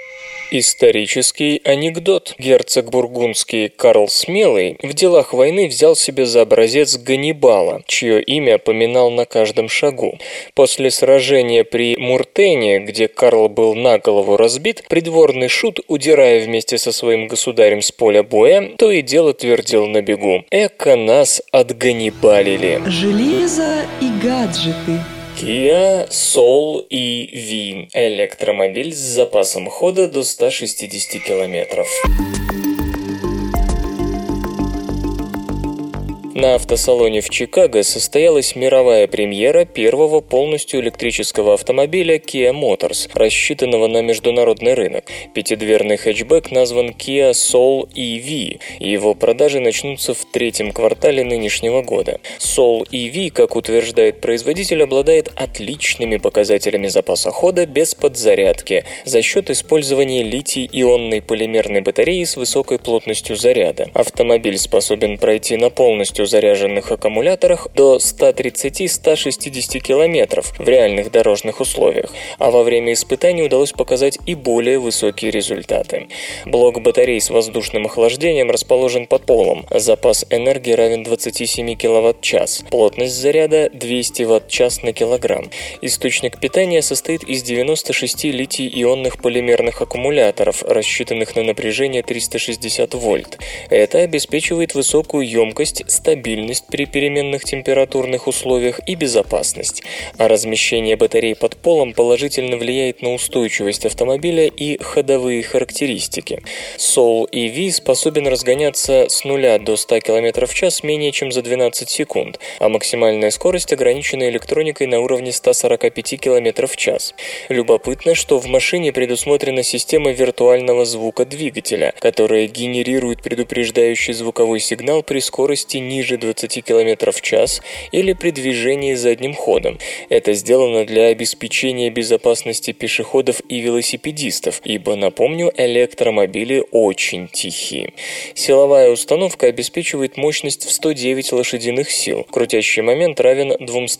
Исторический анекдот. Герцог бургундский Карл Смелый в делах войны взял себе за образец Ганнибала, чье имя поминал на каждом шагу. После сражения при Муртене, где Карл был на голову разбит, придворный шут, удирая вместе со своим государем с поля боя, то и дело твердил на бегу: «Эка нас отганнибалили». Железо и гаджеты. Kia Soul EV – электромобиль с запасом хода до 160 километров. На автосалоне в Чикаго состоялась мировая премьера первого полностью электрического автомобиля Kia Motors, рассчитанного на международный рынок. Пятидверный хэтчбэк назван Kia Soul EV, и его продажи начнутся в третьем квартале нынешнего года. Soul EV, как утверждает производитель, обладает отличными показателями запаса хода без подзарядки за счет использования литий-ионной полимерной батареи с высокой плотностью заряда. Автомобиль способен пройти на полностью заряженных аккумуляторах до 130-160 км в реальных дорожных условиях, а во время испытаний удалось показать и более высокие результаты. Блок батарей с воздушным охлаждением расположен под полом. Запас энергии равен 27 кВт-час. Плотность заряда 200 Вт-час на килограмм. Источник питания состоит из 96 литий-ионных полимерных аккумуляторов, рассчитанных на напряжение 360 вольт. Это обеспечивает высокую емкость, стабильность при переменных температурных условиях и безопасность. А размещение батарей под полом положительно влияет на устойчивость автомобиля и ходовые характеристики. Soul EV способен разгоняться с 0 до 100 км в час менее чем за 12 секунд, а максимальная скорость ограничена электроникой на уровне 145 км в час. Любопытно, что в машине предусмотрена система виртуального звука двигателя, которая генерирует предупреждающий звуковой сигнал при скорости ниже 20 км в час или при движении задним ходом. Это сделано для обеспечения безопасности пешеходов и велосипедистов, ибо, напомню, электромобили очень тихие. Силовая установка обеспечивает мощность в 109 лошадиных сил. Крутящий момент равен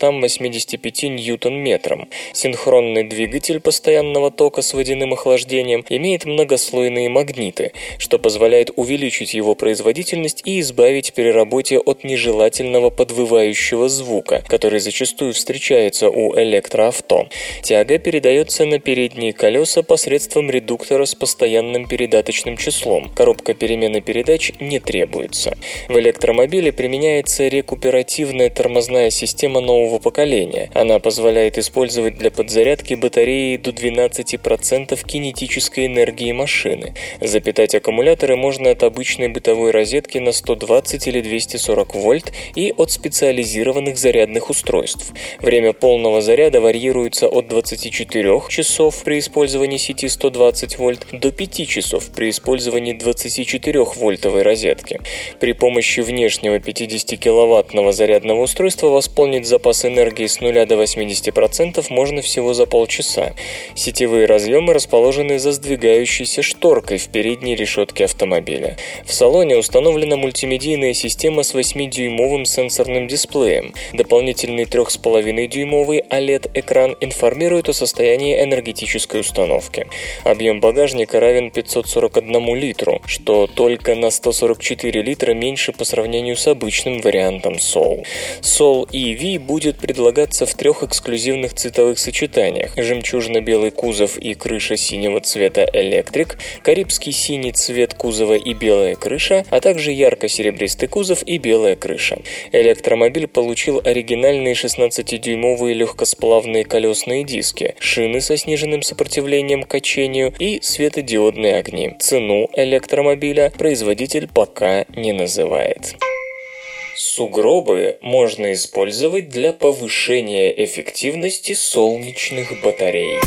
285 ньютон-метрам. Синхронный двигатель постоянного тока с водяным охлаждением имеет многослойные магниты, что позволяет увеличить его производительность и избавить при работе от нежелательного подвывающего звука, который зачастую встречается у электроавто. Тяга передается на передние колеса посредством редуктора с постоянным передаточным числом. Коробка перемены передач не требуется. В электромобиле применяется рекуперативная тормозная система нового поколения. Она позволяет использовать для подзарядки батареи до 12% кинетической энергии машины. Запитать аккумуляторы можно от обычной бытовой розетки на 120 или 240 вольт и от специализированных зарядных устройств. Время полного заряда варьируется от 24 часов при использовании сети 120 вольт до 5 часов при использовании 24-вольтовой розетки. При помощи внешнего 50-киловаттного зарядного устройства восполнить запас энергии с 0 до 80% можно всего за полчаса. Сетевые разъемы расположены за сдвигающейся шторкой в передней решетке автомобиля. В салоне установлена мультимедийная система с 8-дюймовым сенсорным дисплеем. Дополнительный 3,5-дюймовый OLED-экран информирует о состоянии энергетической установки. Объем багажника равен 541 литру, что только на 144 литра меньше по сравнению с обычным вариантом Soul. Soul EV будет предлагаться в 3 эксклюзивных цветовых сочетаниях: жемчужно-белый кузов и крыша синего цвета Electric, карибский синий цвет кузова и белая крыша, а также ярко-серебристый кузов и белая крыша. Электромобиль получил оригинальные 16-дюймовые легкосплавные колесные диски, шины со сниженным сопротивлением к качению и светодиодные огни. Цену электромобиля производитель пока не называет. Сугробы можно использовать для повышения эффективности солнечных батарей.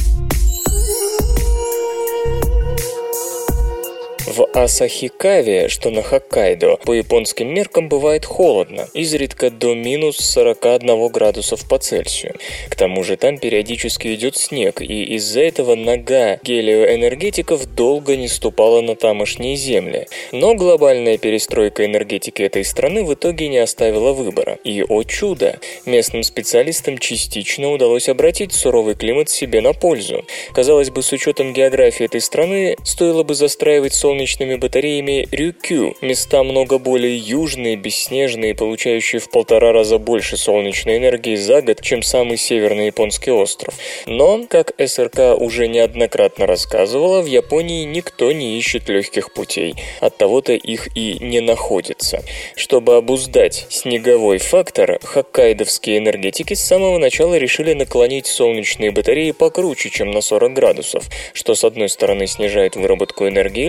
В Асахикаве, что на Хоккайдо, по японским меркам бывает холодно, изредка до минус 41 градусов по Цельсию. К тому же там периодически идет снег, и из-за этого нога гелиоэнергетиков долго не ступала на тамошние земли. Но глобальная перестройка энергетики этой страны в итоге не оставила выбора. И, о чудо, местным специалистам частично удалось обратить суровый климат себе на пользу. Казалось бы, с учетом географии этой страны, стоило бы застраивать солнечными батареями Рюкю, места много более южные, бесснежные, получающие в 1,5 раза больше солнечной энергии за год, чем самый северный японский остров. Но, как СРК уже неоднократно рассказывала, в Японии никто не ищет легких путей, оттого-то их и не находится. Чтобы обуздать снеговой фактор, хоккайдовские энергетики с самого начала решили наклонить солнечные батареи покруче, чем на 40 градусов, что с одной стороны снижает выработку энергии летом, а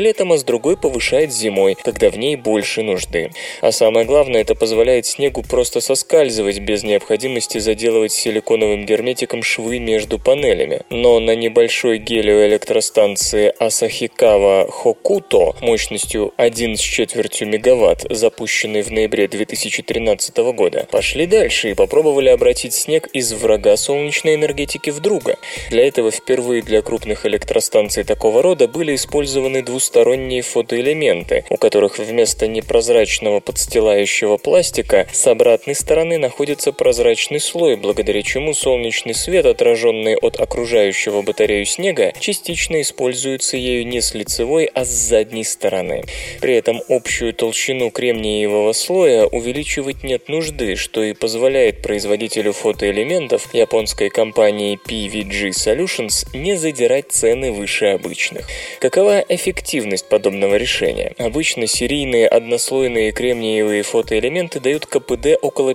с другой повышает зимой, когда в ней больше нужды. А самое главное, это позволяет снегу просто соскальзывать без необходимости заделывать силиконовым герметиком швы между панелями. Но на небольшой гелиоэлектростанции Асахикава Хокуто мощностью 1,25 МВт, запущенной в ноябре 2013 года, пошли дальше и попробовали обратить снег из врага солнечной энергетики в друга. Для этого впервые для крупных электростанций такого рода были использованы двусторонние фотоэлементы, у которых вместо непрозрачного подстилающего пластика с обратной стороны находится прозрачный слой, благодаря чему солнечный свет, отраженный от окружающего батарею снега, частично используется ею не с лицевой, а с задней стороны. При этом общую толщину кремниевого слоя увеличивать нет нужды, что и позволяет производителю фотоэлементов, японской компании PVG Solutions, не задирать цены выше обычных. Какова эффективность подобного решения? Обычно серийные однослойные кремниевые фотоэлементы дают КПД около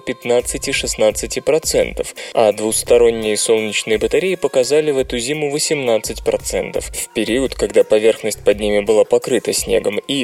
15-16%, а двусторонние солнечные батареи показали в эту зиму 18% в период, когда поверхность под ними была покрыта снегом, и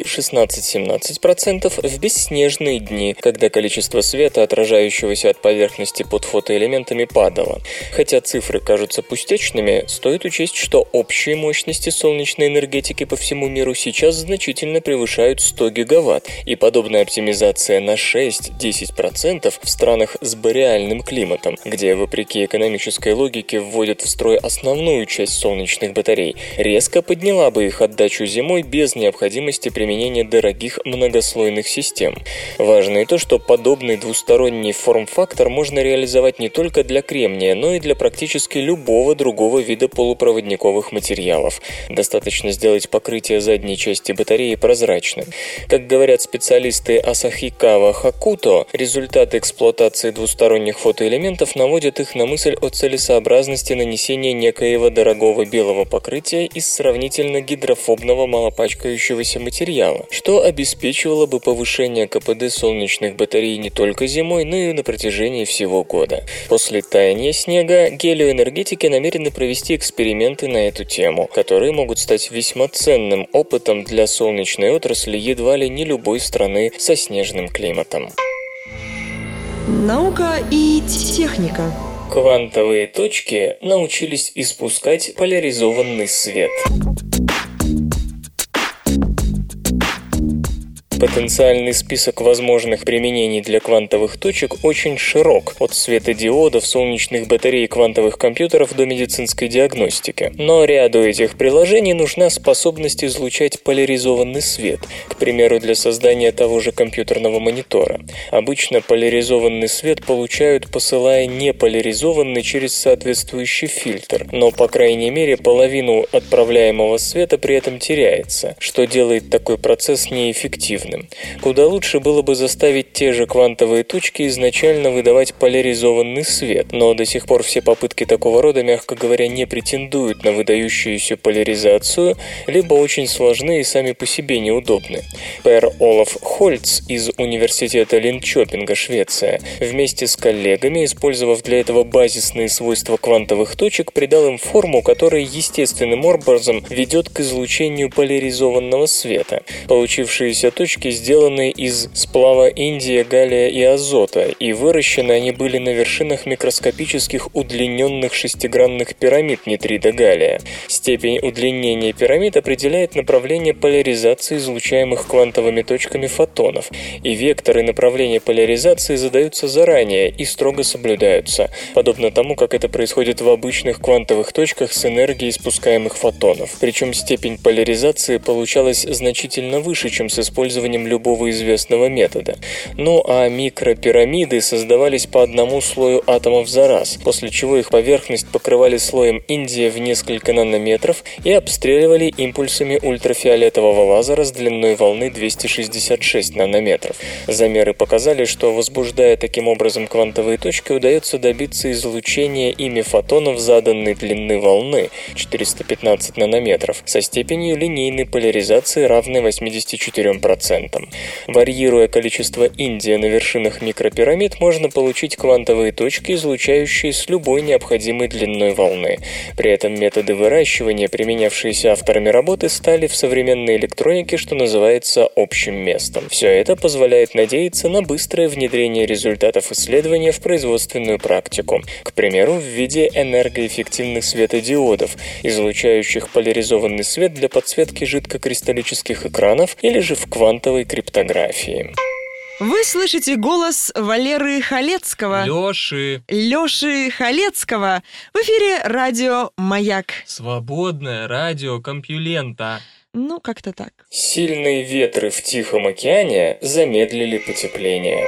16-17% в бесснежные дни, когда количество света, отражающегося от поверхности под фотоэлементами, падало. Хотя цифры кажутся пустячными, стоит учесть, что общие мощности солнечной энергетики по всему миру сейчас значительно превышают 100 гигаватт, и подобная оптимизация на 6-10% в странах с бореальным климатом, где, вопреки экономической логике, вводят в строй основную часть солнечных батарей, резко подняла бы их отдачу зимой без необходимости применения дорогих многослойных систем. Важно и то, что подобный двусторонний форм-фактор можно реализовать не только для кремния, но и для практически любого другого вида полупроводниковых материалов. Достаточно сделать покрытие задней части батареи прозрачным. Как говорят специалисты Асахикава Хокуто, результаты эксплуатации двусторонних фотоэлементов наводят их на мысль о целесообразности нанесения некоего дорогого белого покрытия из сравнительно гидрофобного малопачкающегося материала, что обеспечивало бы повышение КПД солнечных батарей не только зимой, но и на протяжении всего года. После таяния снега гелиоэнергетики намерены провести эксперименты на эту тему, которые могут стать весьма ценным опытом для солнечной отрасли едва ли не любой страны со снежным климатом. Наука и техника. Квантовые точки научились испускать поляризованный свет. Потенциальный список возможных применений для квантовых точек очень широк, от светодиодов, солнечных батарей, квантовых компьютеров до медицинской диагностики. Но ряду этих приложений нужна способность излучать поляризованный свет, к примеру, для создания того же компьютерного монитора. Обычно поляризованный свет получают, посылая неполяризованный через соответствующий фильтр, но, по крайней мере, половину отправляемого света при этом теряется, что делает такой процесс неэффективным. Куда лучше было бы заставить те же квантовые точки изначально выдавать поляризованный свет, но до сих пор все попытки такого рода, мягко говоря, не претендуют на выдающуюся поляризацию, либо очень сложны и сами по себе неудобны. Пер Олаф Хольц из университета Линчопинга, Швеция, вместе с коллегами, использовав для этого базисные свойства квантовых точек, придал им форму, которая естественным образом ведет к излучению поляризованного света. Получившиеся точки сделаны из сплава индия, галлия и азота, и выращены они были на вершинах микроскопических удлиненных шестигранных пирамид нитрида галлия. Степень удлинения пирамид определяет направление поляризации излучаемых квантовыми точками фотонов, и векторы направления поляризации задаются заранее и строго соблюдаются, подобно тому, как это происходит в обычных квантовых точках с энергией испускаемых фотонов. Причем степень поляризации получалась значительно выше, чем с использованием любого известного метода. Ну а микропирамиды создавались по одному слою атомов за раз, после чего их поверхность покрывали слоем индия в несколько нанометров и обстреливали импульсами ультрафиолетового лазера с длиной волны 266 нанометров. Замеры показали, что, возбуждая таким образом квантовые точки, удается добиться излучения ими фотонов заданной длины волны 415 нанометров со степенью линейной поляризации, равной 84%. коэффициентом. Варьируя количество индия на вершинах микропирамид, можно получить квантовые точки, излучающие с любой необходимой длиной волны. При этом методы выращивания, применявшиеся авторами работы, стали в современной электронике, что называется, общим местом. Все это позволяет надеяться на быстрое внедрение результатов исследования в производственную практику. К примеру, в виде энергоэффективных светодиодов, излучающих поляризованный свет для подсветки жидкокристаллических экранов, или же в квантовой криптографии. Вы слышите голос Валеры Халецкого. Лёши Халецкого. В эфире радио «Маяк». Свободное радио Компьюлента. Ну, как-то так. Сильные ветры в Тихом океане замедлили потепление.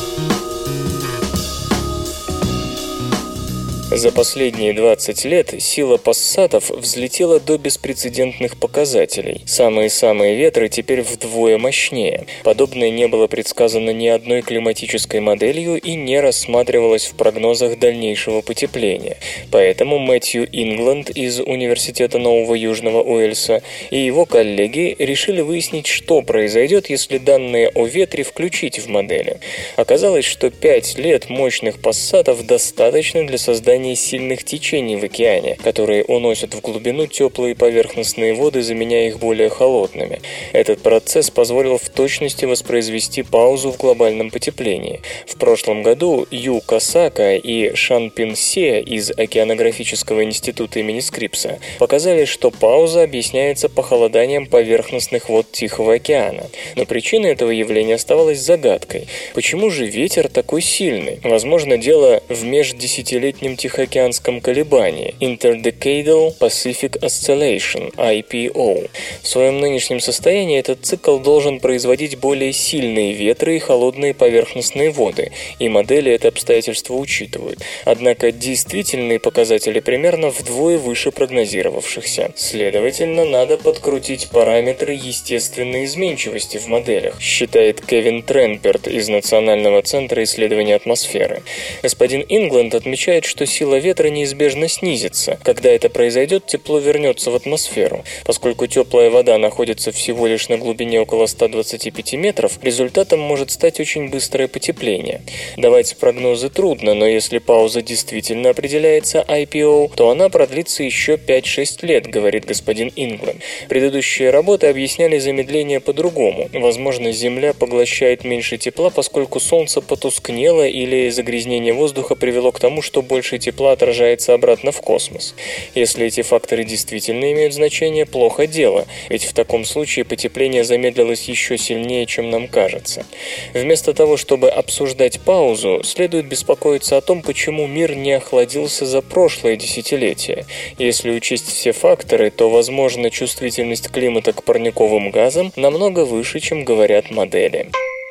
За последние 20 лет сила пассатов взлетела до беспрецедентных показателей. Самые ветры теперь вдвое мощнее. Подобное не было предсказано ни одной климатической моделью и не рассматривалось в прогнозах дальнейшего потепления. Поэтому Мэтью Ингланд из Университета Нового Южного Уэльса и его коллеги решили выяснить, что произойдет, если данные о ветре включить в модели. Оказалось, что 5 лет мощных пассатов достаточно для создания сильных течений в океане, которые уносят в глубину теплые поверхностные воды, заменяя их более холодными. Этот процесс позволил в точности воспроизвести паузу в глобальном потеплении. В прошлом году Ю Касака и Шан Пин Се из Океанографического института имени Скрипса показали, что пауза объясняется похолоданием поверхностных вод Тихого океана. Но причина этого явления оставалась загадкой. Почему же ветер такой сильный? Возможно, дело в междесятилетнем Тихоокеанском колебании Interdecadal Pacific Oscillation, IPO. В своем нынешнем состоянии этот цикл должен производить более сильные ветры и холодные поверхностные воды, и модели это обстоятельство учитывают. Однако действительные показатели примерно вдвое выше прогнозировавшихся. Следовательно, надо подкрутить параметры естественной изменчивости в моделях, считает Кевин Тренперт из Национального центра исследования атмосферы. Господин Ингланд отмечает, что сила ветра неизбежно снизится. Когда это произойдет, тепло вернется в атмосферу. Поскольку теплая вода находится всего лишь на глубине около 125 метров, результатом может стать очень быстрое потепление. Давать прогнозы трудно, но если пауза действительно определяется IPO, то она продлится еще 5-6 лет, говорит господин Ингланд. Предыдущие работы объясняли замедление по-другому. Возможно, Земля поглощает меньше тепла, поскольку Солнце потускнело или загрязнение воздуха привело к тому, что больше тепла отражается обратно в космос. Если эти факторы действительно имеют значение, плохо дело, ведь в таком случае потепление замедлилось еще сильнее, чем нам кажется. Вместо того, чтобы обсуждать паузу, следует беспокоиться о том, почему мир не охладился за прошлое десятилетие. Если учесть все факторы, то, возможно, чувствительность климата к парниковым газам намного выше, чем говорят модели.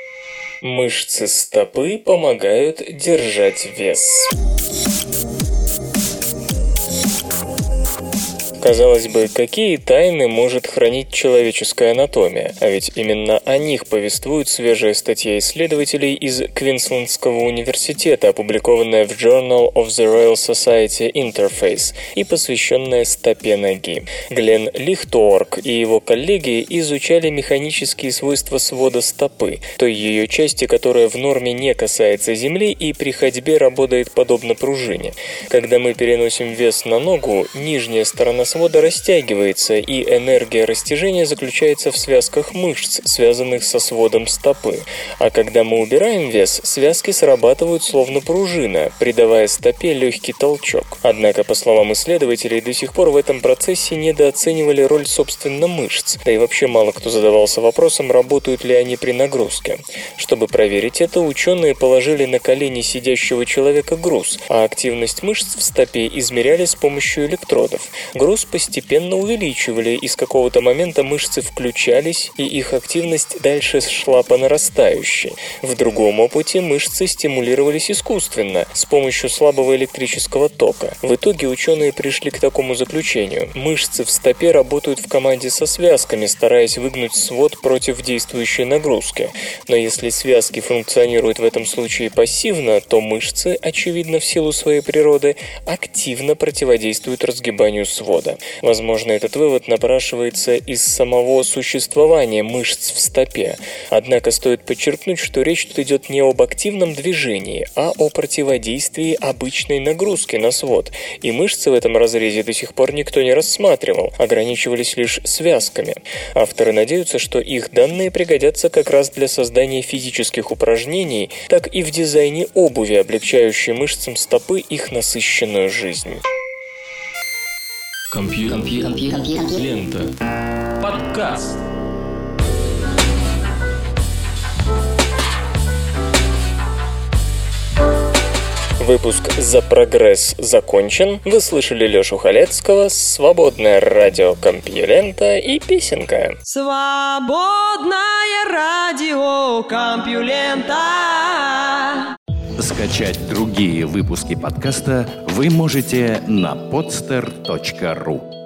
Мышцы стопы помогают держать вес. Казалось бы, какие тайны может хранить человеческая анатомия? А ведь именно о них повествует свежая статья исследователей из Квинслендского университета, опубликованная в Journal of the Royal Society Interface и посвященная стопе ноги. Глен Лихтуорг и его коллеги изучали механические свойства свода стопы, той ее части, которая в норме не касается земли и при ходьбе работает подобно пружине. Когда мы переносим вес на ногу, нижняя сторона свода растягивается, и энергия растяжения заключается в связках мышц, связанных со сводом стопы. А когда мы убираем вес, связки срабатывают словно пружина, придавая стопе легкий толчок. Однако, по словам исследователей, до сих пор в этом процессе недооценивали роль собственно мышц, да и вообще мало кто задавался вопросом, работают ли они при нагрузке. Чтобы проверить это, ученые положили на колени сидящего человека груз, а активность мышц в стопе измеряли с помощью электродов. Груз постепенно увеличивали, и с какого-то момента мышцы включались, и их активность дальше шла по нарастающей. В другом опыте мышцы стимулировались искусственно, с помощью слабого электрического тока. В итоге ученые пришли к такому заключению. Мышцы в стопе работают в команде со связками, стараясь выгнуть свод против действующей нагрузки. Но если связки функционируют в этом случае пассивно, то мышцы, очевидно в силу своей природы, активно противодействуют разгибанию свода. мышца. Возможно, этот вывод напрашивается из самого существования мышц в стопе. Однако стоит подчеркнуть, что речь тут идет не об активном движении, а о противодействии обычной нагрузки на свод. И мышцы в этом разрезе до сих пор никто не рассматривал, ограничивались лишь связками. Авторы надеются, что их данные пригодятся как раз для создания физических упражнений, так и в дизайне обуви, облегчающей мышцам стопы их насыщенную жизнь. Лента. Подкаст. Выпуск «За прогресс» закончен. Вы слышали Лёшу Халецкого, «Свободное радио Компьюлента» и песенка. Свободное радио Компьюлента. Скачать другие выпуски подкаста вы можете на podster.ru.